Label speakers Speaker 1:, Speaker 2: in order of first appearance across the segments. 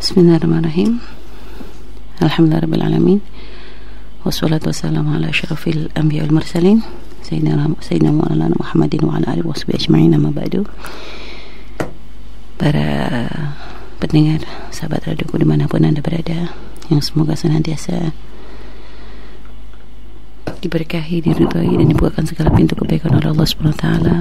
Speaker 1: Bismillahirrahmanirrahim. Alhamdulillahirrabbilalamin. Wassalatu wassalamu ala asyrafil anbiya wal mursalin Sayyidina Maulana Muhammadin wa ala alihi washabihi ajma'in, amma ba'du. Para pendengar sahabat radioku dimanapun Anda berada, yang semoga senantiasa diberkahi, diridhoi dan dibukakan segala pintu kebaikan oleh Allah Subhanahu wa taala,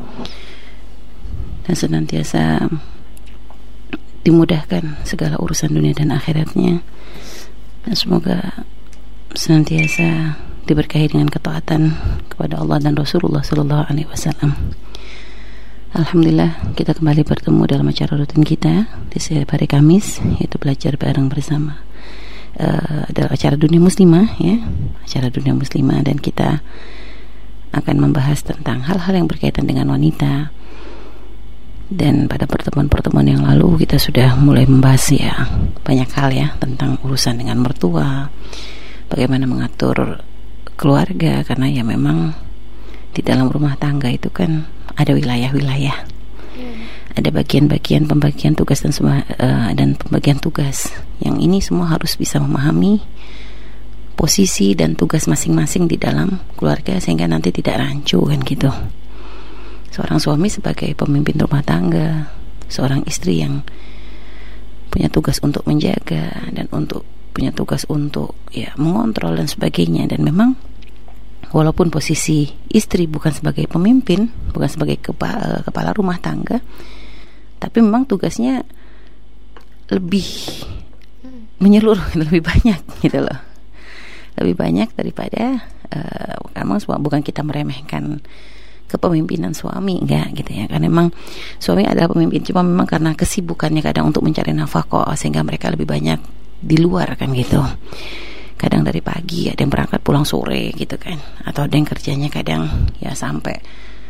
Speaker 1: dan senantiasa dimudahkan segala urusan dunia dan akhiratnya, dan semoga senantiasa diberkahi dengan ketaatan kepada Allah dan Rasulullah Sallallahu Alaihi Wasallam. Alhamdulillah, kita kembali bertemu dalam acara rutin kita di setiap hari Kamis, yaitu belajar bareng bersama. Adalah acara dunia muslimah, ya, acara dunia muslimah, dan kita akan membahas tentang hal-hal yang berkaitan dengan wanita. Dan pada pertemuan-pertemuan yang lalu kita sudah mulai membahas ya banyak hal ya tentang urusan dengan mertua, bagaimana mengatur keluarga, karena ya memang di dalam rumah tangga itu kan ada wilayah-wilayah, ada bagian-bagian pembagian tugas dan pembagian tugas yang ini semua harus bisa memahami posisi dan tugas masing-masing di dalam keluarga sehingga nanti tidak rancu kan gitu. Seorang suami sebagai pemimpin rumah tangga, seorang istri yang punya tugas untuk menjaga dan punya tugas untuk ya mengontrol dan sebagainya. Dan memang walaupun posisi istri bukan sebagai pemimpin, bukan sebagai kepala rumah tangga, tapi memang tugasnya lebih menyeluruh, lebih banyak gitu loh, lebih banyak daripada memang bukan kita meremehkan kepemimpinan suami, enggak gitu ya, karena memang suami adalah pemimpin, cuma memang karena kesibukannya kadang untuk mencari nafkah sehingga mereka lebih banyak di luar kan gitu. Kadang dari pagi ada yang berangkat pulang sore gitu kan, atau ada yang kerjanya kadang ya sampai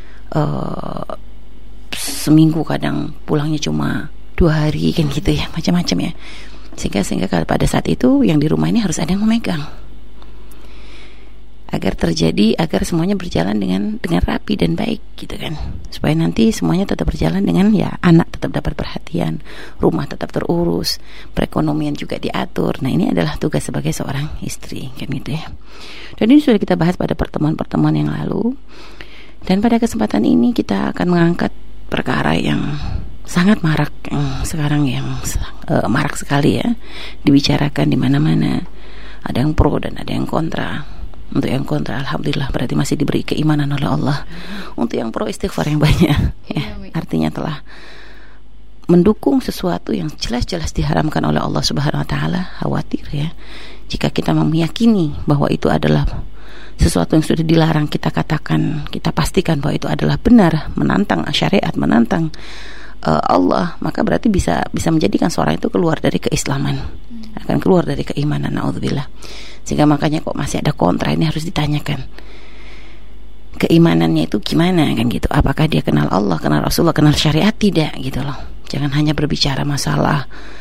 Speaker 1: seminggu, kadang pulangnya cuma 2 hari kan gitu ya, macam-macam ya, sehingga pada saat itu yang di rumah ini harus ada yang memegang agar semuanya berjalan dengan rapi dan baik gitu kan, supaya nanti semuanya tetap berjalan dengan ya anak tetap dapat perhatian, rumah tetap terurus, perekonomian juga diatur. Nah ini adalah tugas sebagai seorang istri kan gitu ya. Dan ini sudah kita bahas pada pertemuan-pertemuan yang lalu, dan pada kesempatan ini kita akan mengangkat perkara yang sangat marak sekarang, yang marak sekali ya dibicarakan di mana-mana. Ada yang pro dan ada yang kontra. Untuk yang kontra, alhamdulillah, berarti masih diberi keimanan oleh Allah. Untuk yang pro, istighfar yang banyak ya. Artinya telah mendukung sesuatu yang jelas-jelas diharamkan oleh Allah Subhanahu wa taala. Khawatir ya jika kita meyakini bahwa itu adalah sesuatu yang sudah dilarang, kita katakan, kita pastikan bahwa itu adalah benar, menantang syariat, menantang Allah, maka berarti bisa menjadikan seorang itu keluar dari keislaman, akan keluar dari keimanan, naudzubillah. Sehingga makanya kok masih ada kontra, ini harus ditanyakan keimanannya itu gimana kan gitu. Apakah dia kenal Allah, kenal Rasulullah, kenal syariat? Tidak gitu loh. Jangan hanya berbicara masalah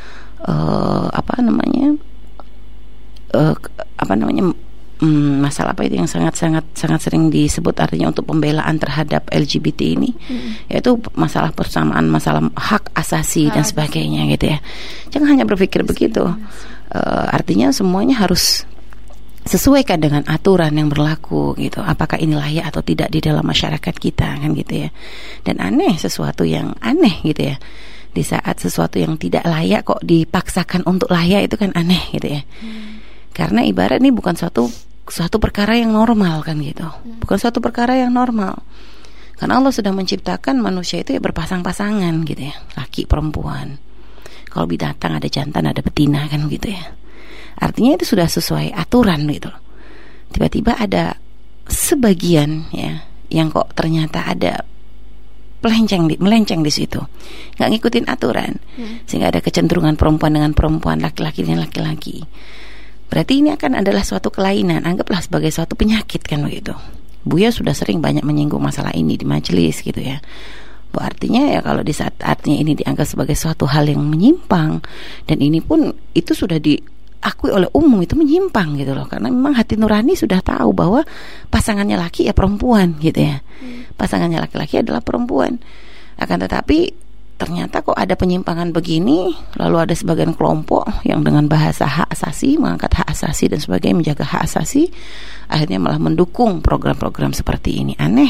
Speaker 1: masalah apa itu yang sangat sering disebut, artinya untuk pembelaan terhadap LGBT ini, yaitu masalah persamaan, masalah hak asasi dan sebagainya gitu ya. Jangan hanya berpikir begitu. Artinya semuanya harus sesuaikan dengan aturan yang berlaku gitu. Apakah ini layak atau tidak di dalam masyarakat kita kan gitu ya. Dan sesuatu yang aneh gitu ya. Di saat sesuatu yang tidak layak kok dipaksakan untuk layak, itu kan aneh gitu ya. Karena ibarat ini bukan suatu perkara yang normal kan gitu. Bukan suatu perkara yang normal. Karena Allah sudah menciptakan manusia itu ya berpasang-pasangan gitu ya. Laki perempuan. Kalau binatang ada jantan, ada betina kan gitu ya. Artinya itu sudah sesuai aturan gitu loh. Tiba-tiba ada sebagian ya yang kok ternyata ada melenceng di situ, nggak ngikutin aturan, sehingga ada kecenderungan perempuan dengan perempuan, laki-laki dengan laki-laki. Berarti ini akan adalah suatu kelainan, anggaplah sebagai suatu penyakit kan begitu. Buya sudah sering banyak menyinggung masalah ini di majelis gitu ya. Artinya ya kalau di saat artinya ini dianggap sebagai suatu hal yang menyimpang, dan ini pun itu sudah diakui oleh umum itu menyimpang gitu loh, karena memang hati nurani sudah tahu bahwa pasangannya laki ya perempuan gitu ya, pasangannya laki-laki adalah perempuan. Akan tetapi ternyata kok ada penyimpangan begini, lalu ada sebagian kelompok yang dengan bahasa hak asasi, mengangkat hak asasi dan sebagainya, menjaga hak asasi, akhirnya malah mendukung program-program seperti ini. Aneh.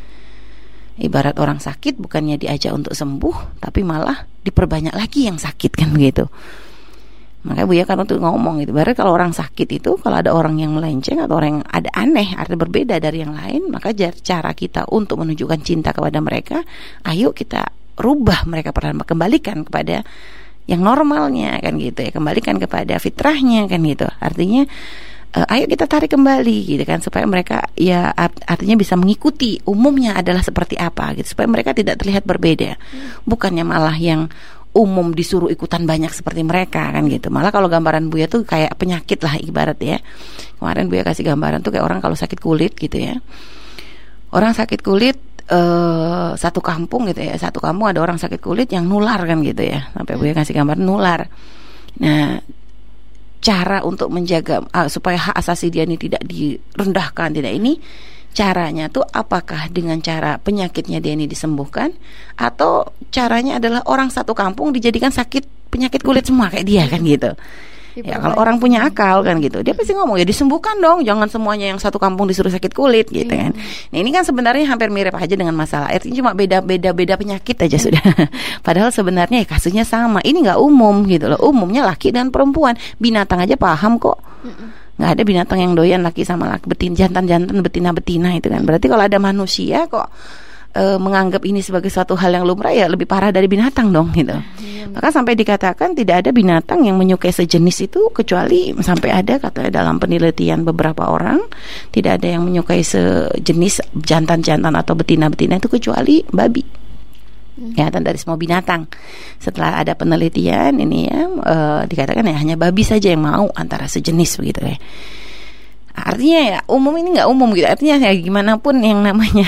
Speaker 1: Ibarat orang sakit bukannya diajak untuk sembuh, tapi malah diperbanyak lagi yang sakit, kan begitu. Makanya Buya kan untuk ngomong gitu, berarti kalau orang sakit itu, kalau ada orang yang melenceng atau orang yang ada aneh, artinya berbeda dari yang lain, maka cara kita untuk menunjukkan cinta kepada mereka, ayo kita rubah mereka, kembalikan kepada yang normalnya, kan gitu ya, kembalikan kepada fitrahnya, kan gitu. Artinya ayo kita tarik kembali gitu kan, supaya mereka ya artinya bisa mengikuti umumnya adalah seperti apa gitu, supaya mereka tidak terlihat berbeda. Bukannya malah yang umum disuruh ikutan banyak seperti mereka, kan gitu. Malah kalau gambaran Buya tuh kayak penyakit lah ibarat ya. Kemarin Buya kasih gambaran tuh kayak orang kalau sakit kulit gitu ya. Orang sakit kulit satu kampung gitu ya, satu kampung ada orang sakit kulit yang nular, kan gitu ya. Sampai Buya kasih gambar nular. Nah, cara untuk menjaga supaya hak asasi dia ini tidak direndahkan, tidak ini, caranya tuh apakah dengan cara penyakitnya dia ini disembuhkan, atau caranya adalah orang satu kampung dijadikan sakit penyakit kulit semua kayak dia, kan gitu. Ya kalau orang punya akal, kan gitu, dia pasti ngomong ya disembuhkan dong, jangan semuanya yang satu kampung disuruh sakit kulit gitu kan. Nah ini kan sebenarnya hampir mirip aja dengan masalah AIDS, cuma beda penyakit aja sudah. Padahal sebenarnya ya kasusnya sama. Ini nggak umum gitu loh, umumnya laki dan perempuan. Binatang aja paham kok. Nggak ada binatang yang doyan laki sama laki, jantan betina itu kan. Berarti kalau ada manusia kok menganggap ini sebagai suatu hal yang lumrah, ya lebih parah dari binatang dong gitu. Maka sampai dikatakan tidak ada binatang yang menyukai sejenis itu, kecuali sampai ada katanya dalam penelitian beberapa orang, tidak ada yang menyukai sejenis jantan-jantan atau betina-betina itu kecuali babi. Ya, dari semua binatang. Setelah ada penelitian ini ya, dikatakan ya hanya babi saja yang mau antara sejenis begitu ya. Artinya ya umum ini nggak umum gitu. Artinya ya gimana pun yang namanya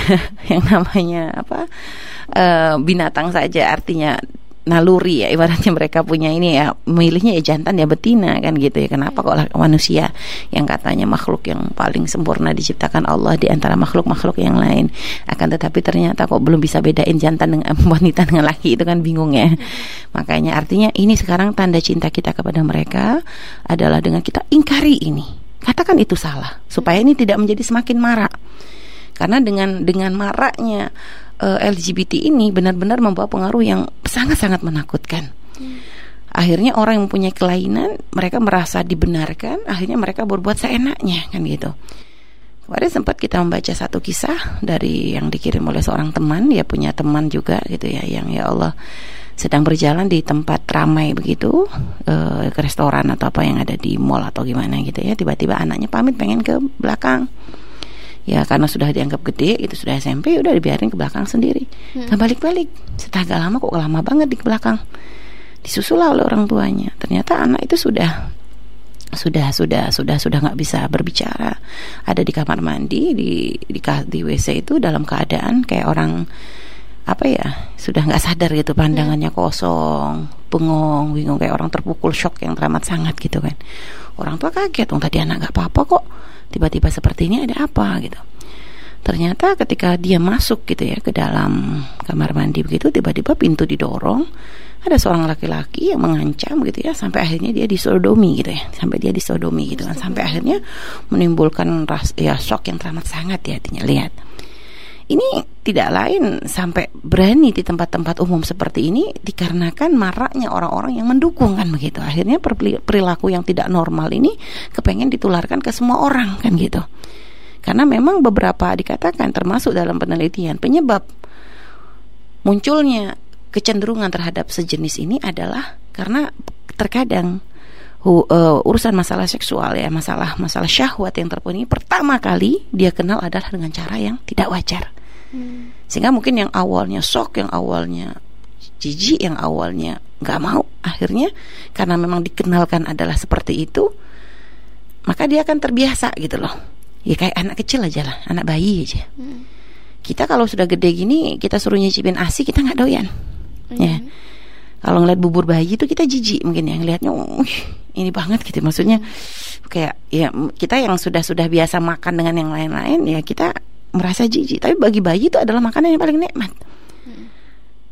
Speaker 1: apa binatang saja, artinya naluri ya, ibaratnya mereka punya ini ya, memilihnya ya jantan ya betina, kan gitu ya. Kenapa kok manusia yang katanya makhluk yang paling sempurna diciptakan Allah di antara makhluk-makhluk yang lain, akan tetapi ternyata kok belum bisa bedain jantan dengan wanita dengan laki, itu kan bingung ya. Makanya artinya ini sekarang tanda cinta kita kepada mereka adalah dengan kita ingkari ini. Katakan itu salah, supaya ini tidak menjadi semakin marak. Karena dengan maraknya LGBT ini benar-benar membawa pengaruh yang sangat-sangat menakutkan. Akhirnya orang yang mempunyai kelainan, mereka merasa dibenarkan, akhirnya mereka berbuat seenaknya, kan gitu. Kemarin sempat kita membaca satu kisah dari yang dikirim oleh seorang teman, dia punya teman juga gitu ya, yang ya Allah sedang berjalan di tempat ramai begitu, ke restoran atau apa yang ada di mall atau gimana gitu ya, tiba-tiba anaknya pamit pengen ke belakang. Ya karena sudah dianggap gede, itu sudah SMP, udah dibiarin ke belakang sendiri. Nah balik-balik, setelah gak lama kok lama banget di belakang, disusul oleh orang tuanya. Ternyata anak itu sudah nggak bisa berbicara, ada di kamar mandi di WC itu dalam keadaan kayak orang apa ya, sudah nggak sadar gitu, pandangannya kosong, bengong, bingung, kayak orang terpukul shock yang teramat sangat gitu kan. Orang tua kaget, tadi anak nggak apa-apa kok, tiba-tiba seperti ini, ada apa gitu. Ternyata ketika dia masuk gitu ya ke dalam kamar mandi begitu, tiba-tiba pintu didorong, ada seorang laki-laki yang mengancam gitu ya, sampai akhirnya dia disodomi gitu ya, gitu kan, sampai akhirnya menimbulkan shock yang teramat sangat ya. Artinya lihat, ini tidak lain sampai berani di tempat-tempat umum seperti ini dikarenakan maraknya orang-orang yang mendukung, kan begitu. Akhirnya perilaku yang tidak normal ini kepengen ditularkan ke semua orang, kan gitu. Karena memang beberapa dikatakan termasuk dalam penelitian penyebab munculnya kecenderungan terhadap sejenis ini adalah karena terkadang urusan masalah seksual ya, masalah syahwat yang terpenuhi pertama kali dia kenal adalah dengan cara yang tidak wajar. Sehingga mungkin yang awalnya shock, yang awalnya jijik, yang awalnya nggak mau, akhirnya karena memang dikenalkan adalah seperti itu, maka dia akan terbiasa gitu loh. Ya kayak anak kecil aja lah, anak bayi aja. Kita kalau sudah gede gini, kita suruh nyicipin ASI, kita nggak doyan. Ya. Kalau ngeliat bubur bayi itu kita jijik mungkin ya, ngelihatnya ini banget gitu. Maksudnya kayak ya kita yang sudah biasa makan dengan yang lain-lain ya kita merasa jijik. Tapi bagi bayi itu adalah makanan yang paling nikmat.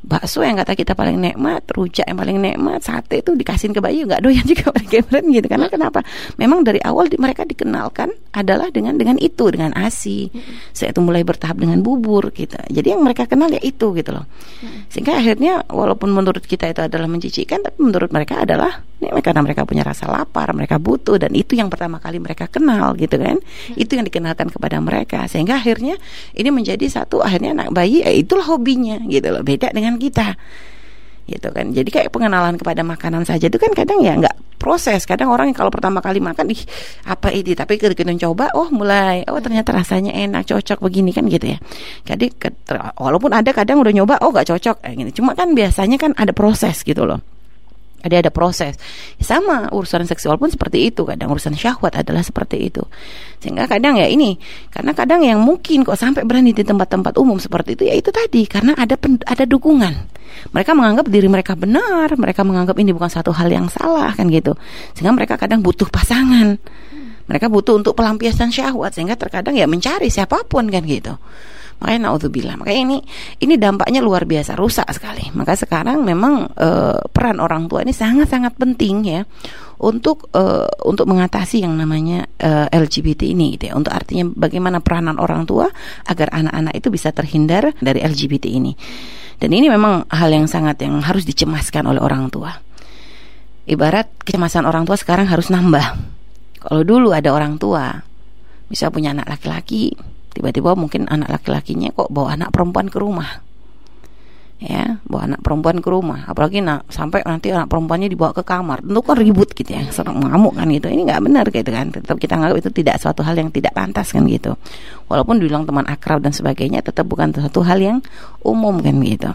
Speaker 1: bakso yang kata kita paling nikmat, rujak yang paling nikmat, sate itu dikasihin ke bayi nggak doyan juga mereka gitu. Karena kenapa? Memang dari awal mereka dikenalkan adalah dengan itu, dengan ASI. Saya itu mulai bertahap dengan bubur gitu. Jadi yang mereka kenal ya itu gitu loh. Sehingga akhirnya walaupun menurut kita itu adalah menjijikkan, tapi menurut mereka adalah karena mereka punya rasa lapar, mereka butuh, dan itu yang pertama kali mereka kenal gitu kan. Itu yang dikenalkan kepada mereka. Sehingga akhirnya ini menjadi satu, akhirnya anak bayi itulah hobinya gitu loh. Beda dengan kita gitu kan. Jadi kayak pengenalan kepada makanan saja itu kan kadang ya nggak proses. Kadang orang yang kalau pertama kali makan apa ini, tapi kita coba ternyata rasanya enak, cocok begini kan gitu ya. Jadi walaupun ada kadang udah nyoba nggak cocok gini. Cuma kan biasanya kan ada proses gitu loh. Ada proses. Sama urusan seksual pun seperti itu. Kadang urusan syahwat adalah seperti itu. Sehingga kadang ya ini, karena kadang yang mungkin kok sampai berani di tempat-tempat umum seperti itu, ya itu tadi, karena ada dukungan. Mereka menganggap diri mereka benar, mereka menganggap ini bukan satu hal yang salah kan gitu. Sehingga mereka kadang butuh pasangan. Mereka butuh untuk pelampiasan syahwat, sehingga terkadang ya mencari siapapun kan gitu. Makanya naudzubillah. Makanya ini dampaknya luar biasa, rusak sekali. Maka sekarang memang peran orang tua ini sangat-sangat penting ya untuk mengatasi yang namanya LGBT ini gitu ya. Untuk artinya bagaimana peranan orang tua agar anak-anak itu bisa terhindar dari LGBT ini. Dan ini memang hal yang yang harus dicemaskan oleh orang tua. Ibarat kecemasan orang tua sekarang harus nambah. Kalau dulu ada orang tua bisa punya anak laki-laki, tiba-tiba mungkin anak laki-lakinya kok bawa anak perempuan ke rumah. Ya, bawa anak perempuan ke rumah. Apalagi sampai nanti anak perempuannya dibawa ke kamar. Tentu kan ribut gitu ya, serang mengamuk kan gitu. Ini nggak benar gitu kan. Tetap kita anggap itu tidak suatu hal yang tidak pantas kan gitu. Walaupun dibilang teman akrab dan sebagainya, tetap bukan suatu hal yang umum kan gitu.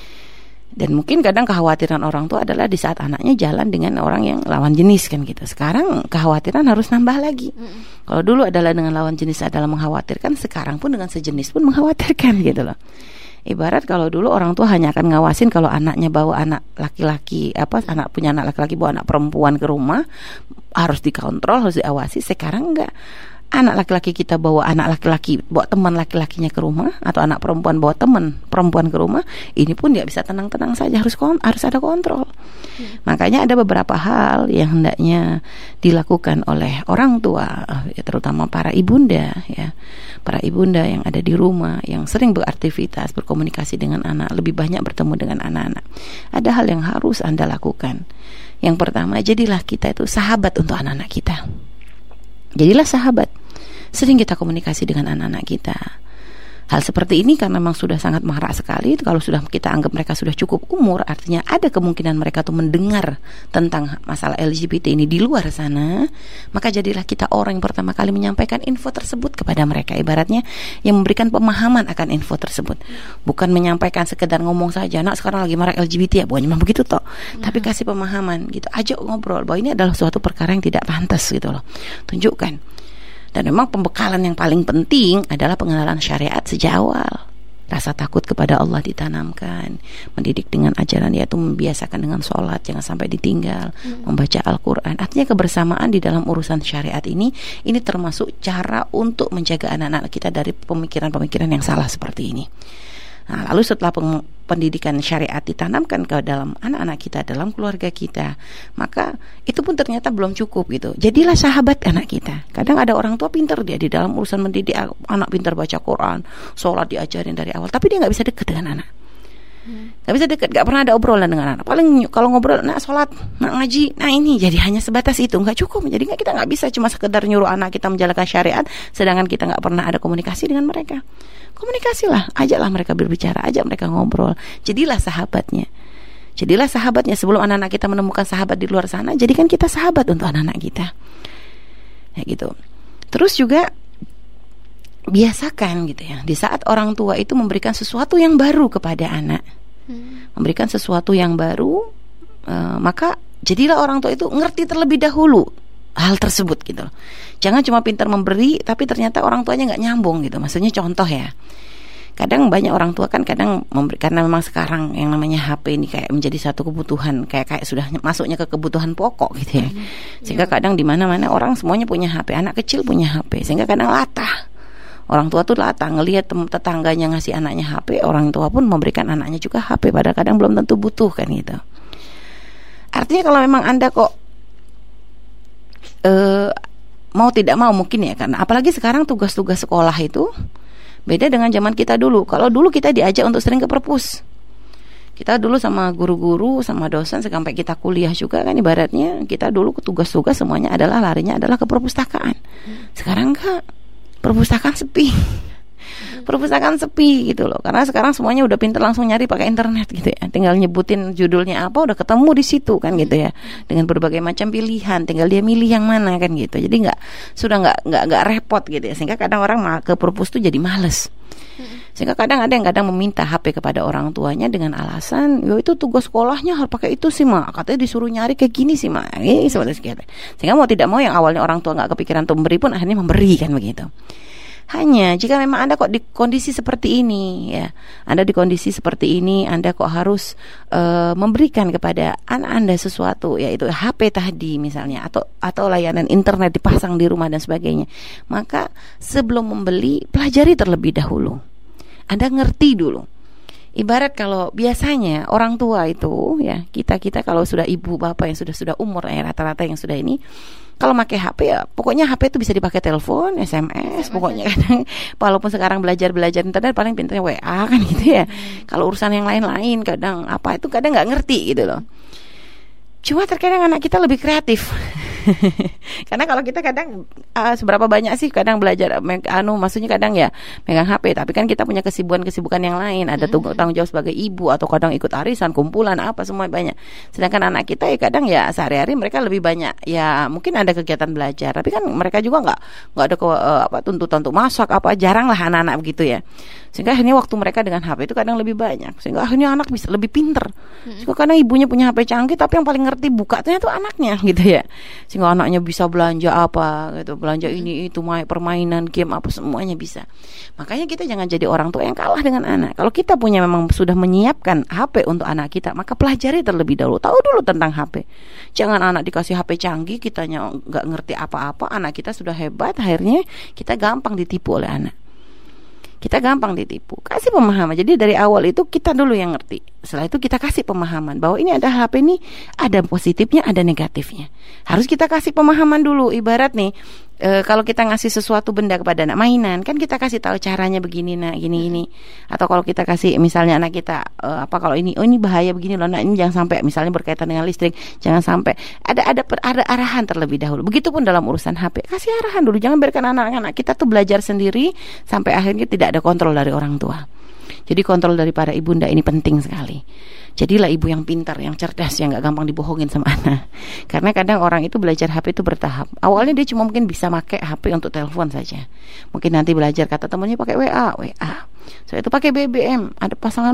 Speaker 1: Dan mungkin kadang kekhawatiran orang tua adalah di saat anaknya jalan dengan orang yang lawan jenis kan gitu. Sekarang kekhawatiran harus nambah lagi. Kalau dulu adalah dengan lawan jenis adalah mengkhawatirkan, sekarang pun dengan sejenis pun mengkhawatirkan gitu loh. Ibarat kalau dulu orang tua hanya akan ngawasin kalau anaknya bawa anak laki-laki, anak punya anak laki-laki bawa anak perempuan ke rumah, harus dikontrol, harus diawasi. Sekarang enggak. Anak laki-laki kita bawa anak laki-laki, bawa teman laki-lakinya ke rumah, atau anak perempuan bawa teman perempuan ke rumah, ini pun dia bisa tenang-tenang saja, harus ada kontrol. Makanya ada beberapa hal yang hendaknya dilakukan oleh orang tua, terutama para ibunda ya, para ibunda yang ada di rumah, yang sering beraktivitas, berkomunikasi dengan anak, lebih banyak bertemu dengan anak-anak. Ada hal yang harus Anda lakukan. Yang pertama, jadilah kita itu sahabat untuk anak-anak kita. Jadilah sahabat. Sering kita komunikasi dengan anak-anak kita. Hal seperti ini karena memang sudah sangat marak sekali. Kalau sudah kita anggap mereka sudah cukup umur, artinya ada kemungkinan mereka tuh mendengar tentang masalah LGBT ini di luar sana. Maka jadilah kita orang yang pertama kali menyampaikan info tersebut kepada mereka. Ibaratnya yang memberikan pemahaman akan info tersebut. Bukan menyampaikan sekedar ngomong saja, nak sekarang lagi marak LGBT ya, bukan cuma begitu toh. Tapi kasih pemahaman gitu, ajak ngobrol bahwa ini adalah suatu perkara yang tidak pantas gitu loh. Tunjukkan. Dan memang pembekalan yang paling penting adalah pengenalan syariat sejak awal. Rasa takut kepada Allah ditanamkan, mendidik dengan ajaran, yaitu membiasakan dengan sholat, jangan sampai ditinggal, membaca Al-Quran. Artinya kebersamaan di dalam urusan syariat ini termasuk cara untuk menjaga anak-anak kita dari pemikiran-pemikiran yang salah seperti ini. Nah, lalu setelah pendidikan syariat ditanamkan ke dalam anak-anak kita, dalam keluarga kita, maka itu pun ternyata belum cukup gitu. Jadilah sahabat anak kita. Kadang ada orang tua pintar dia di dalam urusan mendidik anak, pintar baca Quran, sholat diajarin dari awal, tapi dia nggak bisa dekat dengan anak. Nggak bisa dekat, nggak pernah ada obrolan dengan anak. Paling kalau ngobrol, nak sholat, nak ngaji, nah ini jadi hanya sebatas itu, nggak cukup. Jadi kita nggak bisa cuma sekedar nyuruh anak kita menjalankan syariat, sedangkan kita nggak pernah ada komunikasi dengan mereka. Komunikasilah, ajaklah mereka berbicara, ajak mereka ngobrol. Jadilah sahabatnya. Jadilah sahabatnya. Sebelum anak-anak kita menemukan sahabat di luar sana, jadikan kita sahabat untuk anak-anak kita. Ya gitu. Terus juga biasakan gitu ya, di saat orang tua itu memberikan sesuatu yang baru kepada anak, memberikan sesuatu yang baru, maka jadilah orang tua itu ngerti terlebih dahulu hal tersebut gitu. Jangan cuma pintar memberi tapi ternyata orang tuanya nggak nyambung gitu. Maksudnya contoh ya, kadang banyak orang tua kan kadang memberi, karena memang sekarang yang namanya HP ini kayak menjadi satu kebutuhan, kayak sudah masuknya ke kebutuhan pokok gitu ya. Sehingga kadang di mana-mana orang semuanya punya HP, anak kecil punya HP, sehingga kadang latah. Orang tua tuh datang ngelihat tetangganya ngasih anaknya HP, orang tua pun memberikan anaknya juga HP, padahal kadang belum tentu butuh kan gitu. Artinya kalau memang Anda kok mau tidak mau mungkin ya, karena apalagi sekarang tugas-tugas sekolah itu beda dengan zaman kita dulu. Kalau dulu kita diajak untuk sering ke perpus, kita dulu sama guru-guru sama dosen sampai kita kuliah juga kan, ibaratnya kita dulu tugas-tugas semuanya adalah larinya adalah ke perpustakaan. Sekarang enggak, perpustakaan sepi. Perpustakaan sepi gitu loh, karena sekarang semuanya udah pintar langsung nyari pakai internet gitu ya, tinggal nyebutin judulnya apa udah ketemu di situ kan gitu ya, dengan berbagai macam pilihan, tinggal dia milih yang mana kan gitu. Jadi nggak repot gitu ya, sehingga kadang orang ke perpus tuh jadi males. Sehingga kadang ada yang meminta HP kepada orang tuanya dengan alasan, yo itu tugas sekolahnya harus pakai itu sih mak, katanya disuruh nyari kayak gini sih mak, sehingga mau tidak mau yang awalnya orang tua nggak kepikiran untuk memberi pun akhirnya memberi kan begitu. Hanya jika memang Anda kok di kondisi seperti ini ya, Anda di kondisi seperti ini, Anda kok harus memberikan kepada anak Anda sesuatu, yaitu HP tadi misalnya, atau layanan internet dipasang di rumah dan sebagainya, maka sebelum membeli pelajari terlebih dahulu. Anda ngerti dulu. Ibarat kalau biasanya orang tua itu ya, kita kalau sudah ibu bapak yang sudah umur rata-rata yang sudah ini, kalau pakai HP ya pokoknya HP itu bisa dipakai telepon, SMS, pokoknya kadang walaupun sekarang belajar internet paling pintarnya WA kan gitu ya. Kalau urusan yang lain-lain kadang apa itu kadang nggak ngerti gitu loh. Cuma terkadang anak kita lebih kreatif. Karena kalau kita kadang seberapa banyak sih kadang belajar maksudnya kadang ya megang HP, tapi kan kita punya kesibukan yang lain, ada tanggung jawab sebagai ibu, atau kadang ikut arisan, kumpulan apa semua banyak. Sedangkan anak kita ya kadang ya sehari-hari mereka lebih banyak ya mungkin ada kegiatan belajar, tapi kan mereka juga nggak ada tuntutan untuk masak apa, jarang lah anak-anak begitu ya. Sehingga akhirnya waktu mereka dengan HP itu kadang lebih banyak, sehingga akhirnya anak bisa lebih pinter. Sehingga kadang ibunya punya HP canggih tapi yang paling ngerti bukanya tuh anaknya gitu ya. Sehingga anaknya bisa belanja apa gitu, belanja ini itu, permainan, game apa semuanya bisa. Makanya kita jangan jadi orang tua yang kalah dengan anak. Kalau kita punya memang sudah menyiapkan HP untuk anak kita, maka pelajari terlebih dahulu, tahu dulu tentang HP. Jangan anak dikasih HP canggih, kitanya nggak ngerti apa-apa, anak kita sudah hebat, akhirnya kita gampang ditipu oleh anak. Kita gampang ditipu. Kasih pemahaman. Jadi dari awal itu kita dulu yang ngerti. Setelah itu kita kasih pemahaman bahwa ini ada HP ini, ada positifnya, ada negatifnya. Harus kita kasih pemahaman dulu. Ibarat nih, kalau kita ngasih sesuatu benda kepada anak, mainan, kan kita kasih tahu caranya begini, nah gini. Atau kalau kita kasih misalnya anak kita kalau ini bahaya begini loh, nah ini jangan sampai, misalnya berkaitan dengan listrik, jangan sampai. Ada arahan terlebih dahulu. Begitupun dalam urusan HP, kasih arahan dulu. Jangan biarkan anak-anak kita tuh belajar sendiri sampai akhirnya tidak ada kontrol dari orang tua. Jadi kontrol dari para ibunda ini penting sekali. Jadilah ibu yang pintar, yang cerdas, yang gak gampang dibohongin sama anak. Karena kadang orang itu belajar HP itu bertahap. Awalnya dia cuma mungkin bisa pakai HP untuk telepon saja. Mungkin nanti belajar kata temannya pakai WA. So itu pakai BBM, ada pasang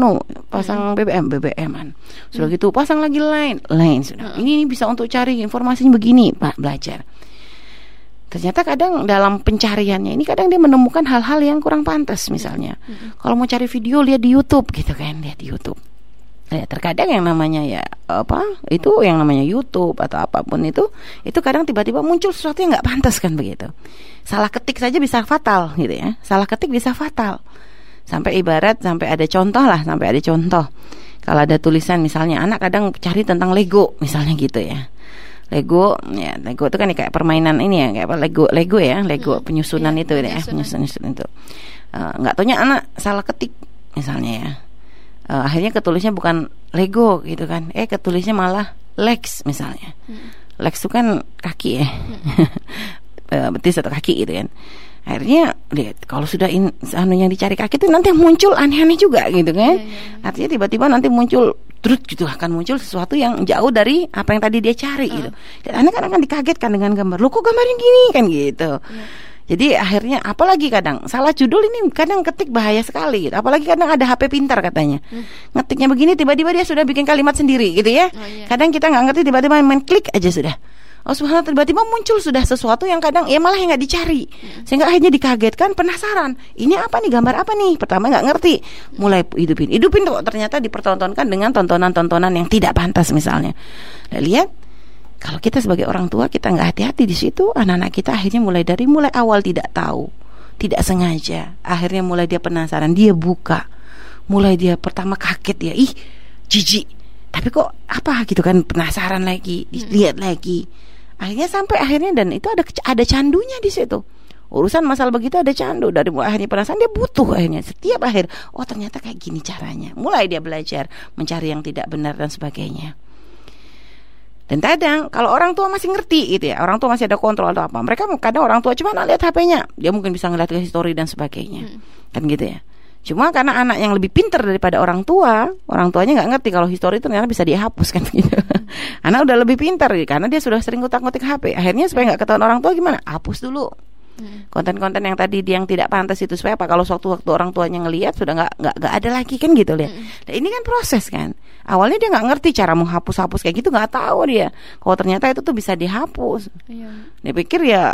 Speaker 1: BBM-an. Sudah gitu pasang lagi lain sudah. Ini bisa untuk cari informasinya begini, Pak, belajar. Ternyata kadang dalam pencariannya ini kadang dia menemukan hal-hal yang kurang pantas misalnya. Kalau mau cari video lihat di YouTube gitu kan, lihat di YouTube. Ya, terkadang yang namanya itu yang namanya YouTube atau apapun itu kadang tiba-tiba muncul sesuatu yang nggak pantas kan begitu. Salah ketik saja bisa fatal gitu ya. Salah ketik bisa fatal. Sampai ada contoh. Kalau ada tulisan misalnya anak kadang cari tentang Lego misalnya gitu ya. Lego itu kan kayak permainan ini ya, kayak apa Lego penyusunan itu ya, penyusunan itu. Nggak taunya anak salah ketik misalnya ya. Akhirnya ketulisnya bukan Lego gitu kan. Ketulisnya malah Legs misalnya. Legs itu kan kaki ya. Betis atau kaki gitu kan. Akhirnya lihat kalau sudah yang dicari kaki itu nanti muncul aneh-aneh juga gitu kan. Artinya tiba-tiba nanti muncul akan muncul sesuatu yang jauh dari apa yang tadi dia cari gitu. Dan anak akan dikagetkan dengan gambar. Loh kok gambarnya gini kan gitu. Jadi akhirnya apalagi kadang salah judul ini kadang ketik bahaya sekali gitu. Apalagi kadang ada HP pintar katanya. Ngetiknya begini tiba-tiba dia sudah bikin kalimat sendiri gitu ya. Kadang kita nggak ngerti tiba-tiba main klik aja sudah. Subhanallah, tiba-tiba muncul sudah sesuatu yang kadang malah yang nggak dicari, sehingga akhirnya dikagetkan, penasaran. Ini apa nih, gambar apa nih? Pertama nggak ngerti, mulai hidupin kok ternyata dipertontonkan dengan tontonan-tontonan yang tidak pantas misalnya. Lihat, kalau kita sebagai orang tua kita nggak hati-hati di situ, anak-anak kita akhirnya mulai awal tidak tahu, tidak sengaja. Akhirnya mulai dia penasaran, dia buka. Mulai dia pertama kaget ya, ih jijik. Tapi kok apa gitu kan, penasaran lagi, lihat lagi. Akhirnya dan itu ada candunya di situ. Urusan masalah begitu ada candu. Dari mulai akhirnya penasaran, dia butuh akhirnya. Setiap akhir, oh ternyata kayak gini caranya. Mulai dia belajar mencari yang tidak benar dan sebagainya. Dan kadang kalau orang tua masih ngerti gitu ya, orang tua masih ada kontrol atau apa, mereka kadang orang tua cuma lihat HP-nya, dia mungkin bisa ngeliat ke history dan sebagainya, kan gitu ya. Cuma karena anak yang lebih pintar daripada orang tuanya nggak ngerti kalau history itu ternyata bisa dihapus kan gitu. Anak udah lebih pintar karena dia sudah sering ngutak-ngutik HP. Akhirnya supaya nggak ketahuan orang tua gimana? Hapus dulu konten-konten yang tadi yang tidak pantas itu, supaya apa? Kalau suatu-waktu orang tuanya ngelihat sudah nggak ada lagi kan gitu lihat. Nah, ini kan proses kan. Awalnya dia nggak ngerti cara menghapus kayak gitu, nggak tahu dia. Kalau ternyata itu tuh bisa dihapus. Dia pikir ya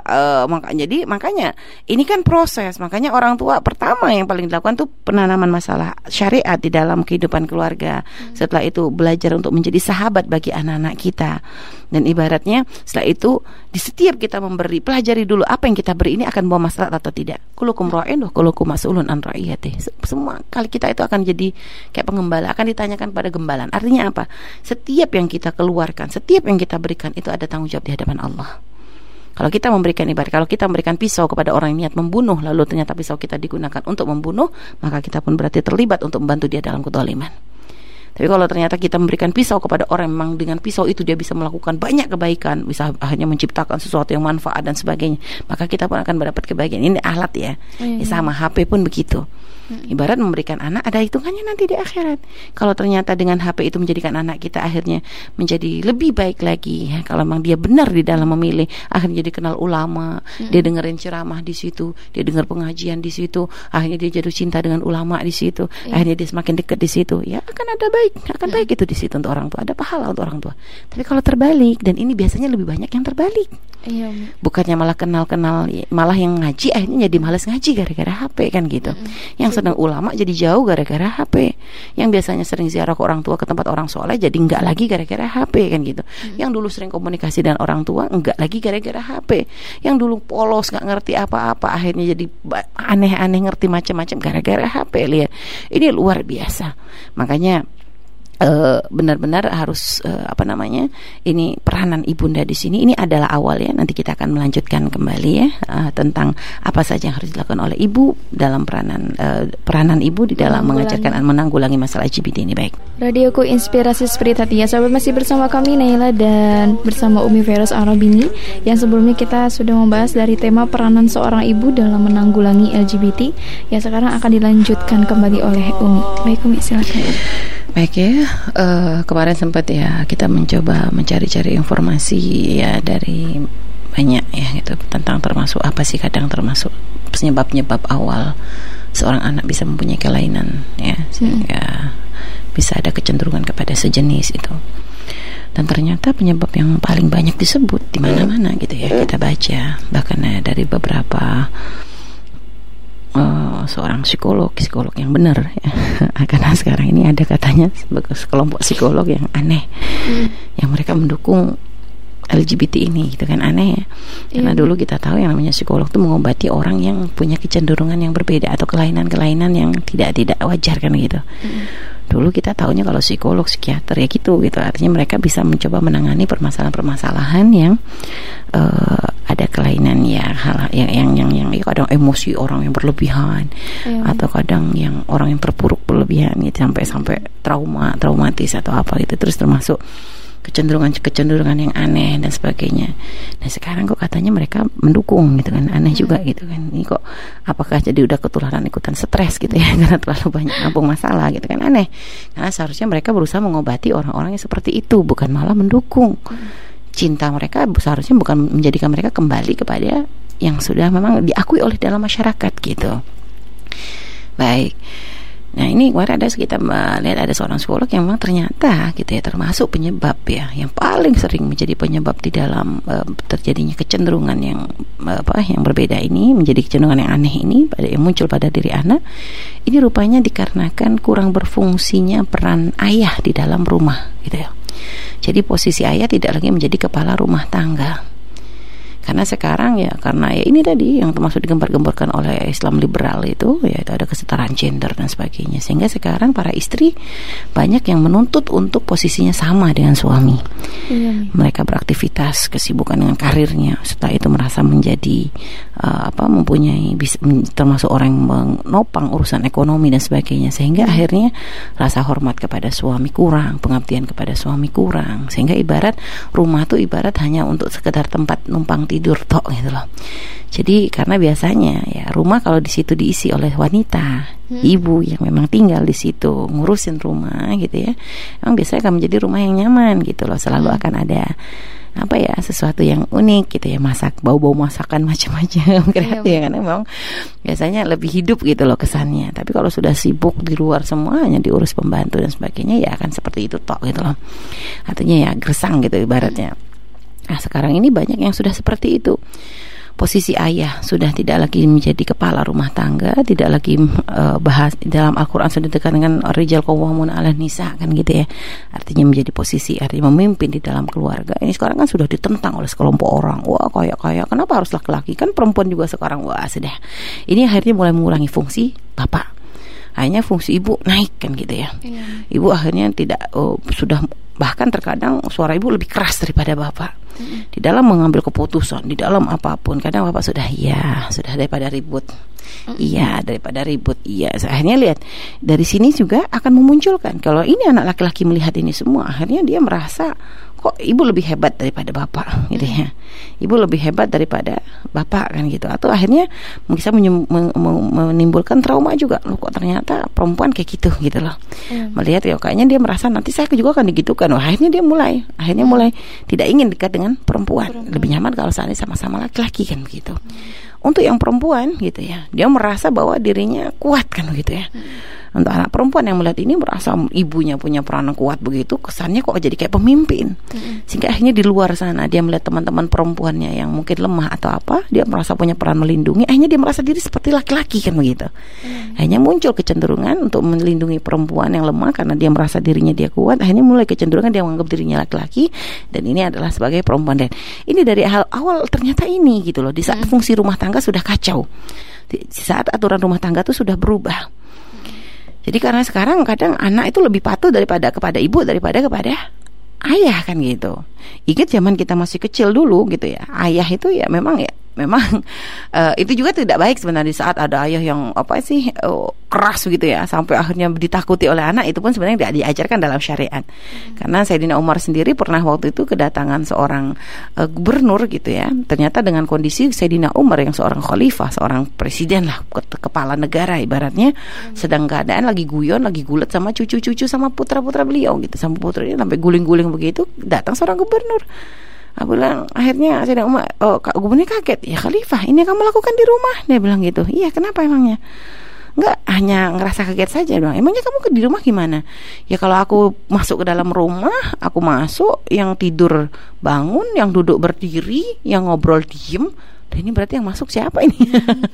Speaker 1: makanya ini kan proses. Makanya orang tua pertama yang paling dilakukan tuh penanaman masalah syariat di dalam kehidupan keluarga. Setelah itu belajar untuk menjadi sahabat bagi anak-anak kita. Dan ibaratnya setelah itu di setiap kita memberi, pelajari dulu apa yang kita beri ini akan bawa maslahat atau tidak. Kulukum ra'in wa kulukum mas'ulun an ra'iyati. Semua kali kita itu akan jadi kayak pengembala, akan ditanyakan pada gembala. Artinya apa? Setiap yang kita keluarkan, setiap yang kita berikan itu ada tanggung jawab di hadapan Allah. Kalau kita memberikan kalau kita memberikan pisau kepada orang yang niat membunuh, lalu ternyata pisau kita digunakan untuk membunuh, maka kita pun berarti terlibat untuk membantu dia dalam kezaliman. Tapi kalau ternyata kita memberikan pisau kepada orang yang memang dengan pisau itu dia bisa melakukan banyak kebaikan, bisa hanya menciptakan sesuatu yang manfaat dan sebagainya, maka kita pun akan mendapat kebaikan. Ini alat ya. Sama HP pun begitu. Ibarat memberikan anak, ada hitungannya nanti di akhirat. Kalau ternyata dengan HP itu menjadikan anak kita akhirnya menjadi lebih baik lagi ya, kalau memang dia benar di dalam memilih, akhirnya dia kenal ulama, dia dengerin ceramah di situ, dia dengar pengajian di situ, akhirnya dia jatuh cinta dengan ulama di situ, akhirnya dia semakin dekat di situ, ya akan baik itu di situ untuk orang tua, ada pahala untuk orang tua. Tapi kalau terbalik, dan ini biasanya lebih banyak yang terbalik, bukannya malah kenal malah yang ngaji akhirnya jadi malas ngaji gara-gara HP kan gitu. Yang sedang ulama jadi jauh gara-gara HP. Yang biasanya sering ziarah ke orang tua, ke tempat orang soleh, jadi enggak lagi gara-gara HP kan gitu. Yang dulu sering komunikasi dengan orang tua, enggak lagi gara-gara HP. Yang dulu polos nggak ngerti apa-apa, akhirnya jadi aneh-aneh ngerti macam-macam gara-gara HP. Lihat, ini luar biasa. Makanya benar-benar harus ini peranan ibunda di sini. Ini adalah awal ya. Nanti kita akan melanjutkan kembali ya tentang apa saja yang harus dilakukan oleh ibu dalam peranan ibu di dalam mengajarkan menanggulangi masalah LGBT ini. Baik.
Speaker 2: Radioku Inspirasi Spirit Hati ya, sahabat, masih bersama kami Naila dan bersama Umi Feros Arabini. Yang sebelumnya kita sudah membahas dari tema peranan seorang ibu dalam menanggulangi LGBT. Yang sekarang akan dilanjutkan kembali oleh Umi. Baik Umi, silakan.
Speaker 1: Baik ya, kemarin sempat ya kita mencoba mencari-cari informasi ya dari banyak ya gitu tentang termasuk apa sih kadang termasuk penyebab awal seorang anak bisa mempunyai kelainan ya, sehingga bisa ada kecenderungan kepada sejenis itu. Dan ternyata penyebab yang paling banyak disebut di mana-mana gitu ya kita baca, bahkan dari beberapa seorang psikolog yang benar ya. Karena sekarang ini ada katanya sekelompok psikolog yang aneh yang mereka mendukung LGBT ini gitu kan, aneh ya. Karena dulu kita tahu yang namanya psikolog itu mengobati orang yang punya kecenderungan yang berbeda atau kelainan-kelainan yang tidak wajar kan gitu. Dulu kita taunya kalau psikolog, psikiater ya gitu. Artinya mereka bisa mencoba menangani permasalahan-permasalahan yang ada kelainan ya, hal yang kadang emosi orang yang berlebihan, atau kadang yang orang yang terpuruk berlebihan gitu, sampai traumatis atau apa gitu. Terus termasuk kecenderungan yang aneh dan sebagainya. Nah sekarang kok katanya mereka mendukung gitu kan, aneh juga gitu kan. Ini kok apakah jadi udah ketularan ikutan stres gitu ya karena terlalu banyak nampung masalah gitu kan, aneh. Karena seharusnya mereka berusaha mengobati orang-orang yang seperti itu, bukan malah mendukung. Cinta mereka seharusnya bukan menjadikan mereka kembali kepada yang sudah memang diakui oleh dalam masyarakat gitu. Baik. Nah ini kemarin kita melihat ada seorang psikolog yang memang ternyata gitu ya termasuk penyebab ya yang paling sering menjadi penyebab di dalam terjadinya kecenderungan yang berbeda ini, menjadi kecenderungan yang aneh ini yang muncul pada diri anak. Ini rupanya dikarenakan kurang berfungsinya peran ayah di dalam rumah gitu ya. Jadi posisi ayah tidak lagi menjadi kepala rumah tangga. Karena sekarang ya, karena ya ini tadi yang termasuk digembar-gemborkan oleh Islam liberal itu, ya itu ada kesetaraan gender dan sebagainya. Sehingga sekarang para istri banyak yang menuntut untuk posisinya sama dengan suami. Mereka beraktivitas, kesibukan dengan karirnya, setelah itu merasa menjadi mempunyai termasuk orang yang menopang urusan ekonomi dan sebagainya, sehingga akhirnya rasa hormat kepada suami kurang, pengabdian kepada suami kurang, sehingga ibarat rumah tuh ibarat hanya untuk sekedar tempat numpang tidur tok gitu loh. Jadi karena biasanya ya rumah kalau di situ diisi oleh wanita, ibu yang memang tinggal di situ ngurusin rumah gitu ya, memang biasanya akan menjadi rumah yang nyaman gitu loh. Selalu akan ada sesuatu yang unik gitu ya, bau-bau masakan macam-macam kreatif ya, karena memang biasanya lebih hidup gitu loh kesannya. Tapi kalau sudah sibuk di luar semuanya diurus pembantu dan sebagainya, ya akan seperti itu tok gitu loh, artinya ya gersang gitu ibaratnya. Nah sekarang ini banyak yang sudah seperti itu. Posisi ayah sudah tidak lagi menjadi kepala rumah tangga, tidak lagi bahas dalam Al-Quran sudah dekat dengan rijal qawwamun 'alan nisa kan gitu ya. Artinya menjadi posisi, artinya memimpin di dalam keluarga. Ini sekarang kan sudah ditentang oleh sekelompok orang. Wah kayak kenapa harus laki-laki? Kan perempuan juga sekarang. Wah sudah. Ini akhirnya mulai mengurangi fungsi bapak. Akhirnya fungsi ibu naik kan gitu ya. Ibu akhirnya tidak sudah, bahkan terkadang suara ibu lebih keras daripada bapak di dalam mengambil keputusan, di dalam apapun. Kadang bapak sudah daripada ribut. Daripada ribut. Akhirnya lihat dari sini juga akan memunculkan, kalau ini anak laki-laki melihat ini semua, akhirnya dia merasa kok ibu lebih hebat daripada bapak gitu ya. Ibu lebih hebat daripada bapak kan gitu. Atau akhirnya bisa menimbulkan trauma juga. Loh kok ternyata perempuan kayak gitu loh. Melihat ya kayaknya dia merasa nanti saya juga akan digitukan. Wah, akhirnya dia mulai tidak ingin dekat dengan perempuan. Lebih nyaman kalau seandainya sama-sama laki-laki kan begitu. Untuk yang perempuan gitu ya, dia merasa bahwa dirinya kuat kan gitu ya. Untuk anak perempuan yang melihat ini merasa ibunya punya peranan kuat begitu, kesannya kok jadi kayak pemimpin. Sehingga akhirnya di luar sana dia melihat teman-teman perempuannya yang mungkin lemah atau apa, dia merasa punya peran melindungi, akhirnya dia merasa diri seperti laki-laki kan begitu. Akhirnya muncul kecenderungan untuk melindungi perempuan yang lemah karena dia merasa dirinya dia kuat. Akhirnya mulai kecenderungan dia menganggap dirinya laki-laki dan ini adalah sebagai perempuan. Dan ini dari awal ternyata ini gitu loh. Di saat fungsi rumah tangga sudah kacau, di saat aturan rumah tangga itu sudah berubah. Jadi karena sekarang kadang anak itu lebih patuh kepada ibu daripada kepada ayah kan gitu. Ingat zaman kita masih kecil dulu gitu ya, ayah itu ya memang itu juga tidak baik sebenarnya. Di saat ada ayah yang keras gitu ya, sampai akhirnya ditakuti oleh anak, itu pun sebenarnya tidak diajarkan dalam syariat. Karena Sayyidina Umar sendiri pernah waktu itu kedatangan seorang gubernur gitu ya. Ternyata dengan kondisi Sayyidina Umar yang seorang khalifah, seorang presiden lah, kepala negara ibaratnya, sedang keadaan lagi guyon, lagi gulat sama cucu-cucu sama putra-putra beliau gitu. Sama putranya sampai guling-guling begitu, datang seorang gubernur. Aku bilang, akhirnya Sayyidina Umar, gubernur kaget, ya khalifah, ini kamu lakukan di rumah? Dia bilang gitu. Iya, kenapa emangnya? Enggak, hanya ngerasa kaget saja. Bilang, emangnya kamu di rumah gimana? Ya kalau aku masuk ke dalam rumah, aku masuk, yang tidur bangun, yang duduk berdiri, yang ngobrol diem. Dan ini berarti yang masuk siapa ini?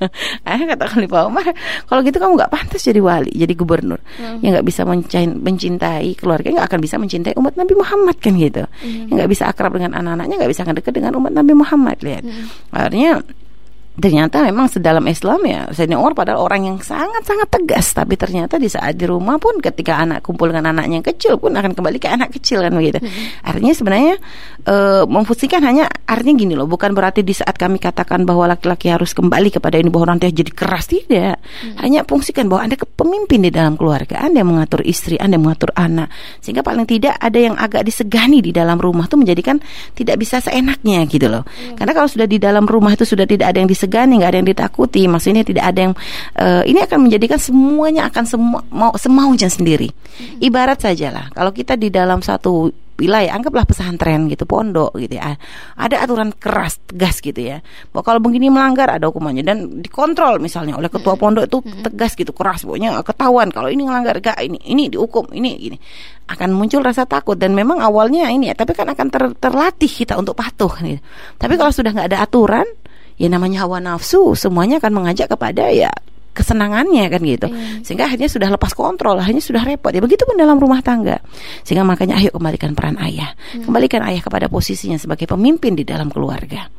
Speaker 1: Kata Khalifah Umar, kalau gitu kamu gak pantas jadi wali, jadi gubernur. Yang gak bisa mencintai keluarga, gak akan bisa mencintai umat Nabi Muhammad kan gitu. Yang gak bisa akrab dengan anak-anaknya, gak bisa dekat dengan umat Nabi Muhammad. Lihat, akhirnya ternyata memang sedalam Islam ya, Sayyidina Umar padahal orang yang sangat-sangat tegas, tapi ternyata di saat di rumah pun ketika anak kumpul dengan anaknya yang kecil pun akan kembali ke anak kecil kan begitu. Artinya sebenarnya memfungsikan hanya artinya gini loh, bukan berarti di saat kami katakan bahwa laki-laki harus kembali kepada ini bahwa nanti jadi keras, tidak. Hanya fungsikan bahwa Anda pemimpin di dalam keluarga, Anda yang mengatur istri, Anda yang mengatur anak, sehingga paling tidak ada yang agak disegani di dalam rumah tuh menjadikan tidak bisa seenaknya gitu loh. Karena kalau sudah di dalam rumah itu sudah tidak ada yang disegani, nggak ada yang ditakuti, maksudnya tidak ada yang ini akan menjadikan semuanya akan semaunya sendiri. Ibarat sajalah kalau kita di dalam satu wilayah, anggaplah pesantren gitu, pondok gitu ya, ada aturan keras tegas gitu ya, bahwa kalau begini melanggar ada hukumannya dan dikontrol misalnya oleh ketua pondok itu tegas gitu, keras, pokoknya ketahuan kalau ini melanggar, gak ini dihukum, ini gini, akan muncul rasa takut. Dan memang awalnya ini ya, tapi kan akan terlatih kita untuk patuh gitu. Tapi kalau sudah nggak ada aturan, ya namanya hawa nafsu, semuanya akan mengajak kepada ya kesenangannya kan gitu. Sehingga akhirnya sudah lepas kontrol, akhirnya sudah repot. Ya begitu pun dalam rumah tangga. Sehingga makanya ayo kembalikan peran ayah. Kembalikan ayah kepada posisinya sebagai pemimpin di dalam keluarga.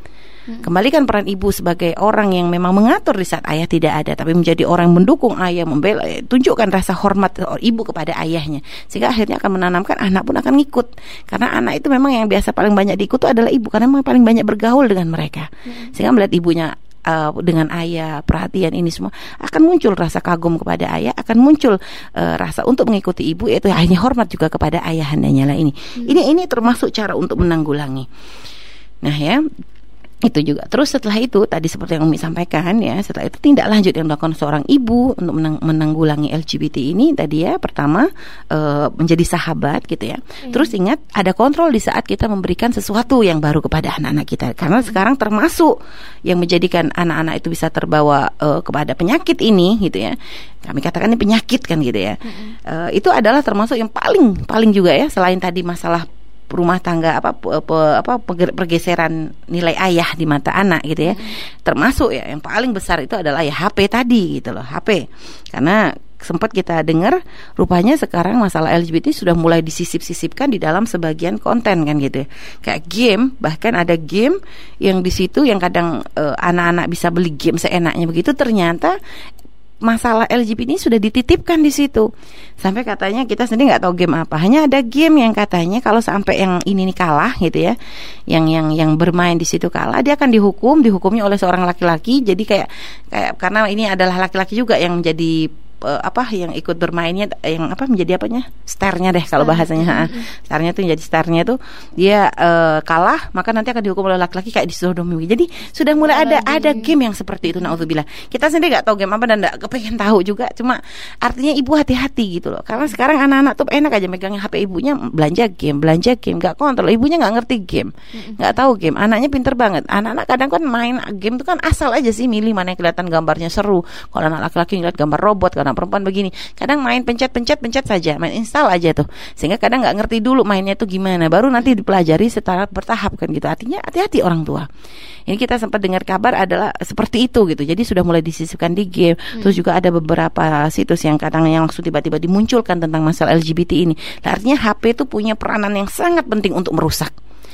Speaker 1: Kembalikan peran ibu sebagai orang yang memang mengatur di saat ayah tidak ada, tapi menjadi orang yang mendukung ayah, membela, tunjukkan rasa hormat ibu kepada ayahnya, sehingga akhirnya akan menanamkan anak pun akan ngikut. Karena anak itu memang yang biasa paling banyak diikut itu adalah ibu, karena memang paling banyak bergaul dengan mereka. Sehingga melihat ibunya dengan ayah, perhatian ini semua, akan muncul rasa kagum kepada ayah, akan muncul rasa untuk mengikuti ibu, yaitu akhirnya hormat juga kepada ayahandanya lah ini. Ini termasuk cara untuk menanggulangi. Nah ya, itu juga. Terus setelah itu tadi seperti yang Umi sampaikan ya, setelah itu tindak lanjut yang dilakukan seorang ibu untuk menanggulangi LGBT ini tadi ya, pertama menjadi sahabat gitu ya. Terus ingat, ada kontrol di saat kita memberikan sesuatu yang baru kepada anak-anak kita, karena sekarang termasuk yang menjadikan anak-anak itu bisa terbawa kepada penyakit ini gitu ya. Kami katakan ini penyakit kan gitu ya. Itu adalah termasuk yang paling juga ya, selain tadi masalah rumah tangga pergeseran nilai ayah di mata anak gitu ya. Termasuk ya yang paling besar itu adalah ya HP tadi gitu loh, HP. Karena sempat kita dengar rupanya sekarang masalah LGBT sudah mulai disisip-sisipkan di dalam sebagian konten kan gitu. Kayak game, bahkan ada game yang di situ yang kadang anak-anak bisa beli game seenaknya begitu, ternyata masalah LGBT ini sudah dititipkan di situ. Sampai katanya kita sendiri nggak tahu game apa. Hanya ada game yang katanya kalau sampai yang ini kalah gitu ya, yang bermain di situ kalah, dia akan dihukumnya oleh seorang laki-laki. Jadi kayak karena ini adalah laki-laki juga yang menjadi yang ikut bermainnya, yang menjadi starnya deh kalau bahasanya. Starnya tuh jadi starnya tuh dia kalah, maka nanti akan dihukum oleh laki-laki kayak disodomi. Jadi sudah mulai ada game yang seperti itu, naudzubillah. Kita sendiri nggak tahu game apa dan nggak kepengen tahu juga, cuma artinya ibu hati-hati gitu loh, karena sekarang anak-anak tuh enak aja megangnya HP ibunya, belanja game, nggak kontrol, ibunya nggak ngerti game, nggak tahu game, anaknya pinter banget. Anak-anak kadang kan main game tuh kan asal aja sih, milih mana yang kelihatan gambarnya seru. Kalau anak laki-laki ngeliat gambar robot, anak perempuan begini, kadang main pencet saja, main install aja tuh, sehingga kadang nggak ngerti dulu mainnya tuh gimana, baru nanti dipelajari secara bertahap kan gitu. Artinya hati-hati orang tua. Ini kita sempat dengar kabar adalah seperti itu gitu, jadi sudah mulai disisipkan di game. Terus juga ada beberapa situs yang kadang yang langsung tiba-tiba dimunculkan tentang masalah LGBT ini. Nah, artinya HP itu punya peranan yang sangat penting untuk merusak.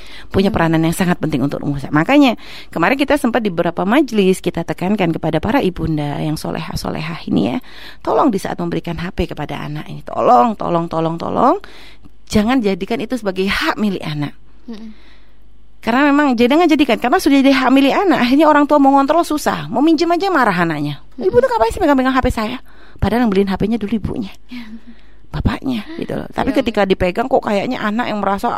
Speaker 1: Makanya kemarin kita sempat di beberapa majelis kita tekankan kepada para ibunda yang solehah ini ya, tolong di saat memberikan HP kepada anak ini, tolong jangan jadikan itu sebagai hak milik anak. Karena memang jangan jadikan, karena sudah jadi hak milik anak, akhirnya orang tua mau ngontrol susah, mau minjem aja marah anaknya. Ibu tuh ngapain sih megang-megang HP saya? Padahal yang beliin HP-nya dulu ibunya, bapaknya gitu loh. Tapi ketika dipegang kok kayaknya anak yang merasa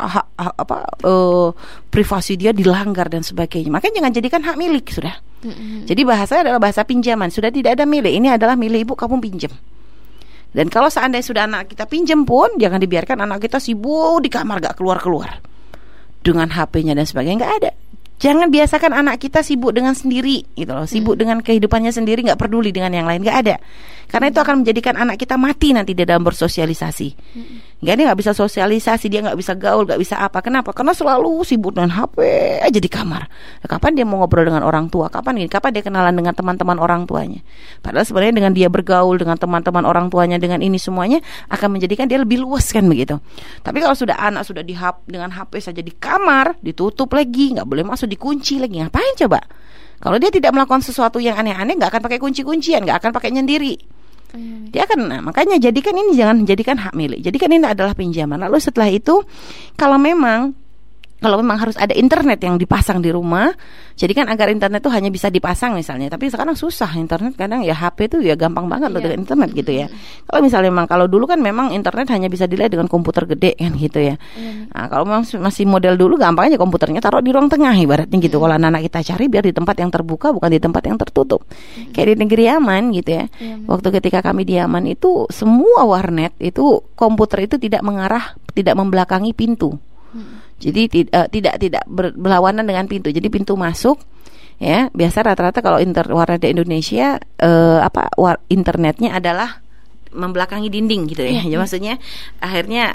Speaker 1: privasi dia dilanggar dan sebagainya. Makanya jangan jadikan hak milik sudah. Jadi bahasanya adalah bahasa pinjaman, sudah tidak ada milik. Ini adalah milik ibu, kamu pinjam. Dan kalau seandainya sudah anak kita pinjam pun, jangan dibiarkan anak kita sibuk di kamar gak keluar-keluar dengan HP-nya dan sebagainya, nggak ada. Jangan biasakan anak kita sibuk dengan sendiri gitu loh, sibuk dengan kehidupannya sendiri, nggak peduli dengan yang lain, nggak ada. Karena itu akan menjadikan anak kita mati nanti di dalam bersosialisasi. Dia nggak bisa sosialisasi, dia nggak bisa gaul, nggak bisa apa. Kenapa? Karena selalu sibuk dengan HP aja di kamar. Nah, kapan dia mau ngobrol dengan orang tua? Kapan dia kenalan dengan teman-teman orang tuanya? Padahal sebenarnya dengan dia bergaul dengan teman-teman orang tuanya, dengan ini semuanya akan menjadikan dia lebih luas kan begitu. Tapi kalau sudah anak sudah dengan HP saja di kamar, ditutup lagi, nggak boleh masuk, dikunci lagi, ngapain coba? Kalau dia tidak melakukan sesuatu yang aneh-aneh, nggak akan pakai kunci-kuncian, nggak akan pakai nyendiri. Dia akan, makanya jadikan ini, jangan jadikan hak milik, jadikan ini adalah pinjaman. Lalu setelah itu, kalau memang harus ada internet yang dipasang di rumah, jadikan agar internet itu hanya bisa dipasang misalnya. Tapi sekarang susah internet, kadang ya HP itu ya gampang banget loh dengan internet gitu ya. Kalau misalnya kalau dulu kan memang internet hanya bisa dilihat dengan komputer gede kan gitu ya. Nah, kalau memang masih model dulu, gampang aja komputernya taruh di ruang tengah ibaratnya gitu. Kalau anak-anak kita cari, biar di tempat yang terbuka, bukan di tempat yang tertutup. Kayak di negeri Yaman gitu ya. Waktu ketika kami di Yaman itu, semua warnet itu komputer itu tidak membelakangi pintu. Jadi tidak berlawanan dengan pintu. Jadi pintu masuk ya, biasa rata-rata kalau warnet di Indonesia internetnya adalah membelakangi dinding gitu ya. Jadi maksudnya akhirnya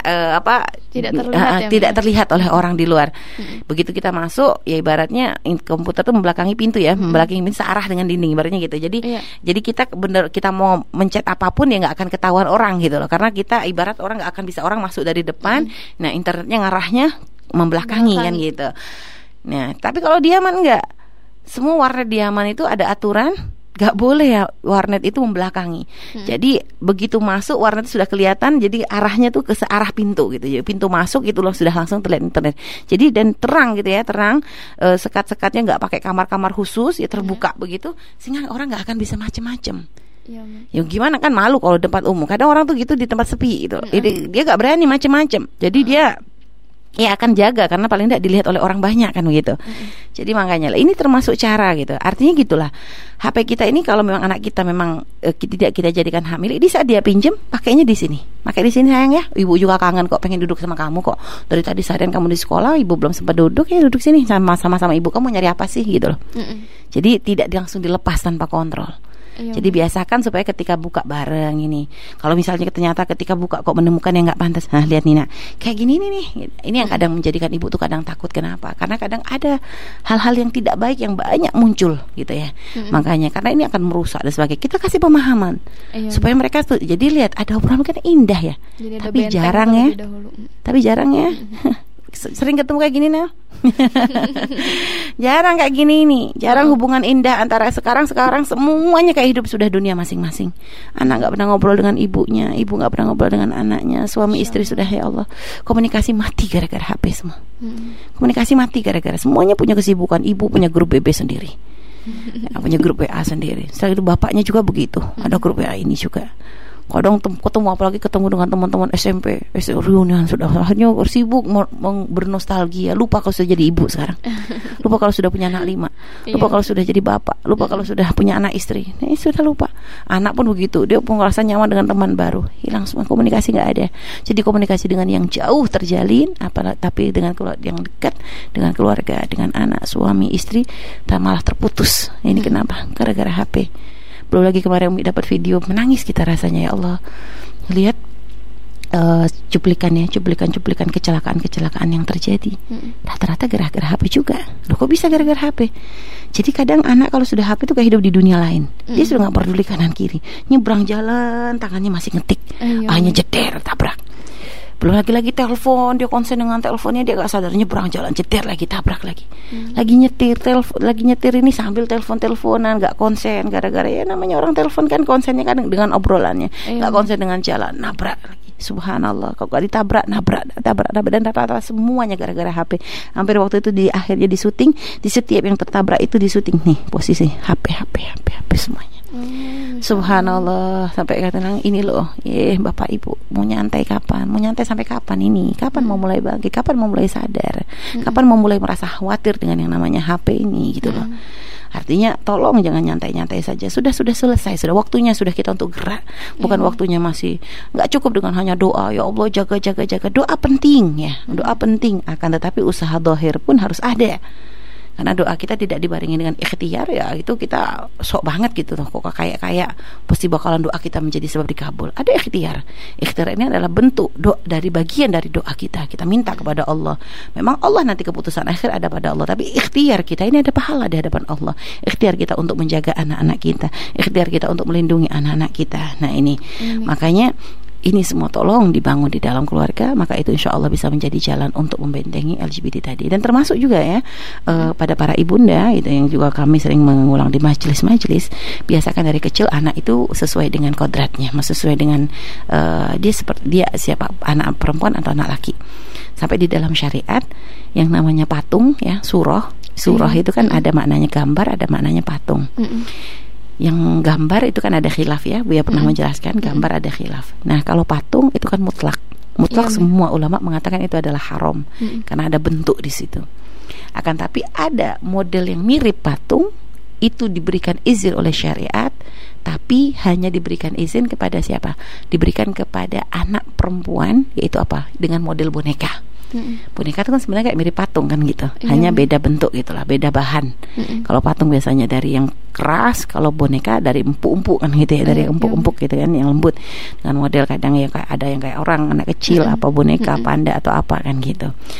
Speaker 1: tidak terlihat oleh orang di luar. Begitu kita masuk ya, ibaratnya komputer itu membelakangi pintu ya, membelakangi pintu searah dengan dinding ibaratnya gitu. Jadi kita mau mencet apapun ya nggak akan ketahuan orang gitu loh, karena kita ibarat orang nggak akan bisa orang masuk dari depan. Nah, internetnya ngarahnya membelakangi kan gitu. Nah, tapi kalau dia enggak. semua warnet di Yaman itu ada aturan, gak boleh ya warnet itu membelakangi. Jadi begitu masuk warnet sudah kelihatan, jadi arahnya tuh ke arah pintu gitu. Jadi pintu masuk itu loh sudah langsung terlihat internet. Jadi dan terang gitu ya, terang, sekat-sekatnya nggak pakai kamar-kamar khusus ya, terbuka begitu sehingga orang nggak akan bisa macem-macem. Ya gimana kan, malu kalau tempat umum. Kadang orang tuh gitu di tempat sepi gitu. Dia nggak berani macem-macem. Jadi dia ya akan jaga karena paling tidak dilihat oleh orang banyak kan begitu. Jadi makanya lah, ini termasuk cara gitu. Artinya gitulah, HP kita ini kalau memang anak kita memang tidak kita jadikan hak milik, di saat dia pinjem pakainya di sini. Pakai di sini sayang ya. Ibu juga kangen kok, pengen duduk sama kamu kok. Dari tadi seharian kamu di sekolah, ibu belum sempat duduk, ya duduk sini sama ibu. Kamu nyari apa sih gitu loh. Jadi tidak langsung dilepas tanpa kontrol. Jadi biasakan supaya ketika buka bareng ini, kalau misalnya ternyata ketika buka kok menemukan yang nggak pantas, nah lihat Nina kayak gini nih, ini yang kadang menjadikan ibu tuh kadang takut. Kenapa? Karena kadang ada hal-hal yang tidak baik yang banyak muncul gitu ya. Makanya karena ini akan merusak dan sebagainya, kita kasih pemahaman supaya mereka tuh jadi lihat ada obrolan kan indah ya, tapi jarang ya. Sering ketemu kayak gini Nel. Jarang kayak gini nih. Jarang hubungan indah antara sekarang semuanya kayak hidup sudah dunia masing-masing. Anak gak pernah ngobrol dengan ibunya, ibu gak pernah ngobrol dengan anaknya, suami istri sudah, ya Allah, komunikasi mati gara-gara HP semua. Komunikasi mati gara-gara semuanya punya kesibukan. Ibu punya grup BB sendiri, punya grup WA sendiri. Setelah itu bapaknya juga begitu, ada grup WA ini juga. Kadang ketemu, apalagi ketemu dengan teman-teman SMP reunian, sudah hanya sibuk bernostalgia, lupa kalau sudah jadi ibu sekarang, lupa kalau sudah punya anak 5, lupa kalau sudah jadi bapak, lupa kalau sudah punya anak istri, sudah lupa. Anak pun begitu, dia pun merasa nyaman dengan teman baru, hilang semua, komunikasi nggak ada. Jadi komunikasi dengan yang jauh terjalin, tapi dengan yang dekat, dengan keluarga, dengan anak, suami, istri, malah terputus. Ini kenapa? Gara-gara HP. Belum lagi kemarin Umi dapat video, menangis kita rasanya, ya Allah. Lihat cuplikan kecelakaan yang terjadi. Rata-rata gara-gara HP juga. Loh kok bisa gara-gara HP? Jadi kadang anak kalau sudah HP itu kayak hidup di dunia lain. Dia sudah gak peduli kanan kiri. Nyebrang jalan, tangannya masih ngetik, hanya jeder, tabrak. Belum lagi telepon, dia konsen dengan teleponnya, dia gak sadar, nyebrang jalan, jeter lagi, tabrak lagi. Lagi nyetir ini sambil teleponan, gak konsen, gara-gara ya namanya orang telepon kan konsennya kadang dengan obrolannya, gak konsen dengan jalan, nabrak lagi. Subhanallah, kalau gak ditabrak, nabrak dan rata-rata semuanya gara-gara HP. Hampir waktu itu di akhirnya di syuting, di setiap yang tertabrak itu di syuting nih posisi HP semuanya. Subhanallah, sampai katanya ini loh, bapak ibu mau nyantai kapan? Mau nyantai sampai kapan ini? Kapan mau mulai bangkit? Kapan mau mulai sadar? Kapan mau mulai merasa khawatir dengan yang namanya HP ini gitu loh. Artinya tolong jangan nyantai-nyantai saja. Sudah selesai, sudah waktunya sudah kita untuk gerak. Bukan waktunya masih nggak cukup dengan hanya doa, ya Allah jaga. Doa penting ya, doa penting. Akan tetapi usaha zahir pun harus ada. Karena doa kita tidak dibarengi dengan ikhtiar, ya itu kita sok banget gitu loh, kok kayak pasti bakalan doa kita menjadi sebab dikabul. Ada ikhtiar ini adalah bentuk doa, dari bagian dari doa kita minta kepada Allah. Memang Allah nanti keputusan akhir ada pada Allah, tapi ikhtiar kita ini ada pahala di hadapan Allah. Ikhtiar kita untuk menjaga anak-anak kita, ikhtiar kita untuk melindungi anak-anak kita. Nah ini makanya ini semua tolong dibangun di dalam keluarga, maka itu insya Allah bisa menjadi jalan untuk membentengi LGBT tadi. Dan termasuk juga ya pada para ibunda itu yang juga kami sering mengulang di majelis-majelis, biasakan dari kecil anak itu sesuai dengan kodratnya, sesuai dengan dia siapa, anak perempuan atau anak laki. Sampai di dalam syariat yang namanya patung ya, surah itu kan ada maknanya gambar, ada maknanya patung. Yang gambar itu kan ada khilaf ya, Buya pernah menjelaskan gambar ada khilaf. Nah kalau patung itu kan mutlak semua ulama mengatakan itu adalah haram karena ada bentuk di situ. Akan tapi ada model yang mirip patung, itu diberikan izin oleh syariat, tapi hanya diberikan izin kepada siapa? Diberikan kepada anak perempuan, yaitu apa? Dengan model boneka. Boneka itu kan sebenarnya kayak mirip patung kan gitu, hanya beda bentuk gitulah, beda bahan. Kalau patung biasanya dari yang keras, kalau boneka dari empuk-empuk kan gitu ya, dari empuk-empuk gitu kan, yang lembut. Dengan model kadang ya kayak ada yang kayak orang, anak kecil, apa boneka panda atau apa kan gitu.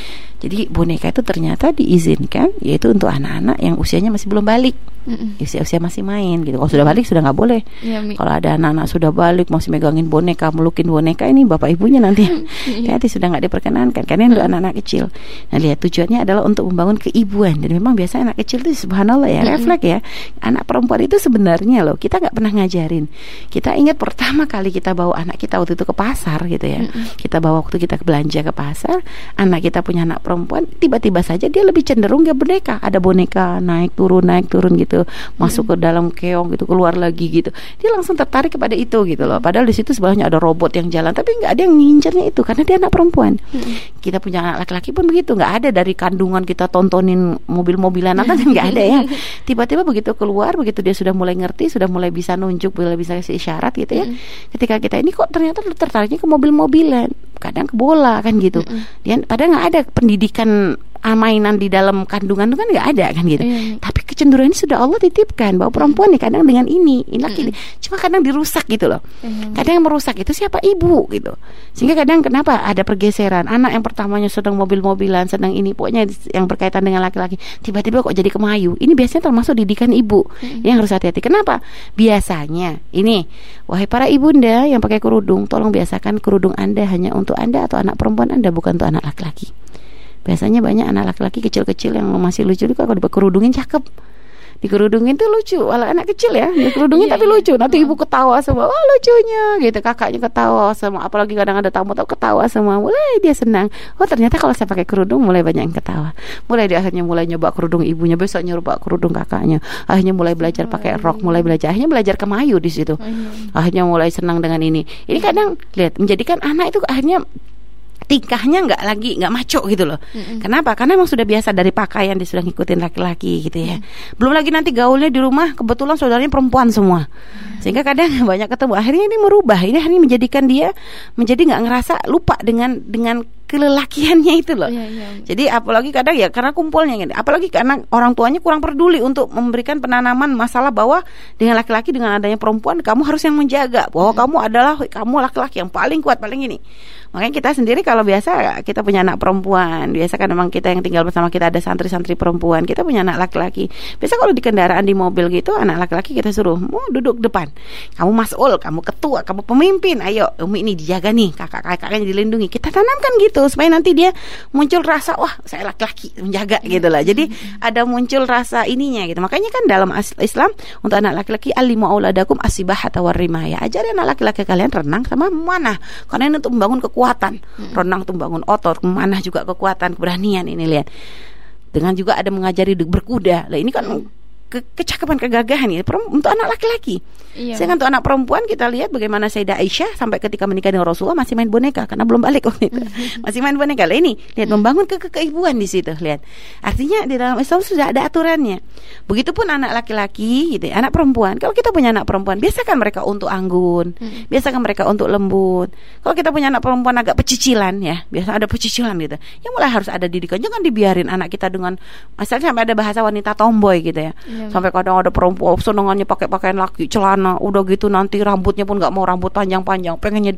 Speaker 1: Jadi boneka itu ternyata diizinkan yaitu untuk anak-anak yang usianya masih belum balik, usia masih main gitu. Kalau sudah balik sudah nggak boleh. Kalau ada anak-anak sudah balik masih megangin boneka, melukin boneka, ini bapak ibunya nanti hati sudah nggak diperkenankan karena untuk anak-anak kecil. Nah lihat, tujuannya adalah untuk membangun keibuan. Dan memang biasanya anak kecil itu subhanallah ya, refleks ya. Anak perempuan itu sebenarnya loh, kita nggak pernah ngajarin. Kita ingat pertama kali kita bawa anak kita waktu itu ke pasar gitu ya. Kita bawa waktu kita belanja ke pasar, anak kita punya anak perempuan, tiba-tiba saja dia lebih cenderung ke boneka. Ada boneka naik turun gitu, masuk ke dalam keong gitu, keluar lagi gitu. Dia langsung tertarik kepada itu gitu loh. Padahal di situ sebelahnya ada robot yang jalan, tapi nggak ada yang ngincernya itu karena dia anak perempuan. Kita punya anak laki-laki pun begitu, nggak ada dari kandungan kita tontonin mobil-mobilan apa kan nggak ada ya. Tiba-tiba begitu keluar, begitu dia sudah mulai ngerti, sudah mulai bisa nunjuk, mulai bisa kasih isyarat gitu ya. Ketika kita ini kok ternyata tertariknya ke mobil-mobilan, kadang ke bola kan gitu. Dia padahal nggak ada pendidikan mainan di dalam kandungan itu kan nggak ada kan gitu. Tapi kecenderungan ini sudah Allah titipkan bahwa perempuan nih kadang dengan ini laki cuma kadang dirusak gitu loh. Kadang yang merusak itu siapa? Ibu gitu. Sehingga kadang kenapa ada pergeseran, anak yang pertamanya sedang mobil-mobilan, sedang ini pokoknya yang berkaitan dengan laki-laki, tiba-tiba kok jadi kemayu. Ini biasanya termasuk didikan ibu. Yang harus hati-hati. Kenapa? Biasanya ini, wahai para ibunda yang pakai kerudung, tolong biasakan kerudung Anda hanya untuk Anda atau anak perempuan Anda, bukan untuk anak laki-laki. Biasanya banyak anak laki-laki kecil-kecil yang masih lucu juga kalau dikerudungin cakep. Dikerudungin tuh lucu, walau anak kecil ya, dikerudungin tapi lucu. Nanti ibu ketawa semua, wah lucunya gitu, kakaknya ketawa semua. Apalagi kadang ada tamu ketawa semua, mulai dia senang. Oh ternyata kalau saya pakai kerudung mulai banyak yang ketawa. Mulai dia akhirnya mulai nyoba kerudung ibunya, besok nyoba kerudung kakaknya. Akhirnya mulai belajar pakai rok, akhirnya belajar kemayu di situ. Akhirnya mulai senang dengan ini. Ini kadang lihat menjadikan anak itu akhirnya tingkahnya nggak maco gitu loh. Kenapa? Karena emang sudah biasa dari pakaian, dia sudah ngikutin laki-laki gitu ya. Belum lagi nanti gaulnya di rumah kebetulan saudaranya perempuan semua, sehingga kadang banyak ketemu. Akhirnya ini merubah, ini akhirnya menjadikan dia menjadi nggak ngerasa lupa dengan kelelakiannya itu loh. Jadi apalagi kadang ya karena kumpulnya gitu. Apalagi karena orang tuanya kurang peduli untuk memberikan penanaman masalah bahwa dengan laki-laki, dengan adanya perempuan kamu harus yang menjaga bahwa kamu laki-laki yang paling kuat, paling ini. Makanya kita sendiri kalau biasa kita punya anak perempuan, biasa kan memang kita yang tinggal bersama kita ada santri-santri perempuan, kita punya anak laki-laki. Biasa kalau di kendaraan di mobil gitu, anak laki-laki kita suruh mau duduk depan. Kamu mas'ul, kamu ketua, kamu pemimpin. Ayo, Umi ini dijaga nih, kakak-kakaknya dilindungi. Kita tanamkan gitu supaya nanti dia muncul rasa wah saya laki-laki menjaga gitu lah. Jadi ada muncul rasa ininya gitu. Makanya kan dalam Islam untuk anak laki-laki alimu auladakum asibahata warrimaya. Ajari anak laki-laki kalian renang sama memanah. Karena ini untuk membangun kekuatan. Renang untuk membangun otot, memanah juga kekuatan, keberanian ini lihat. Dengan juga ada mengajari berkuda. Lah ini kan kecakapan, kegagahan ya untuk anak laki-laki. Sehingga untuk anak perempuan kita lihat bagaimana Sayyidah Aisyah sampai ketika menikah dengan Rasulullah masih main boneka karena belum balik waktu itu. Masih main boneka. Lah ini lihat membangun keibuan di situ, lihat. Artinya di dalam Islam sudah ada aturannya. Begitupun anak laki-laki gitu, anak perempuan. Kalau kita punya anak perempuan, biasakan mereka untuk anggun, biasakan mereka untuk lembut. Kalau kita punya anak perempuan agak pecicilan ya, biasa ada pecicilan gitu. Ya mulai harus ada didikan. Jangan dibiarin anak kita dengan asalnya sampai ada bahasa wanita tomboy gitu ya. Sampai kadang ada perempuan senengannya pakai pakaian laki, celana, udah gitu nanti rambutnya pun nggak mau rambut panjang-panjang, pengennya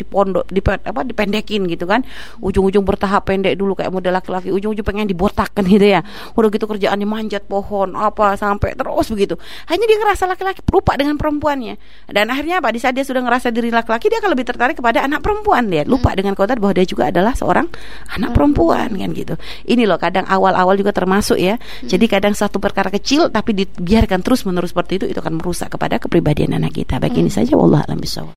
Speaker 1: dipendekin gitu kan, ujung-ujung bertahap pendek dulu kayak model laki-laki, ujung-ujung pengen dibotakkan gitu ya, udah gitu kerjaannya manjat pohon apa sampai terus begitu. Hanya dia ngerasa laki-laki lupa dengan perempuannya, dan akhirnya apa? Di saat dia sudah ngerasa diri laki-laki, dia akan lebih tertarik kepada anak perempuan, dia lupa dengan kodrat bahwa dia juga adalah seorang anak perempuan kan gitu. Ini loh kadang awal-awal juga termasuk ya. Jadi kadang satu perkara kecil tapi biarkan terus menerus seperti itu akan merusak kepada kepribadian anak kita. Baik ini saja, wallahu a'lam bishawab.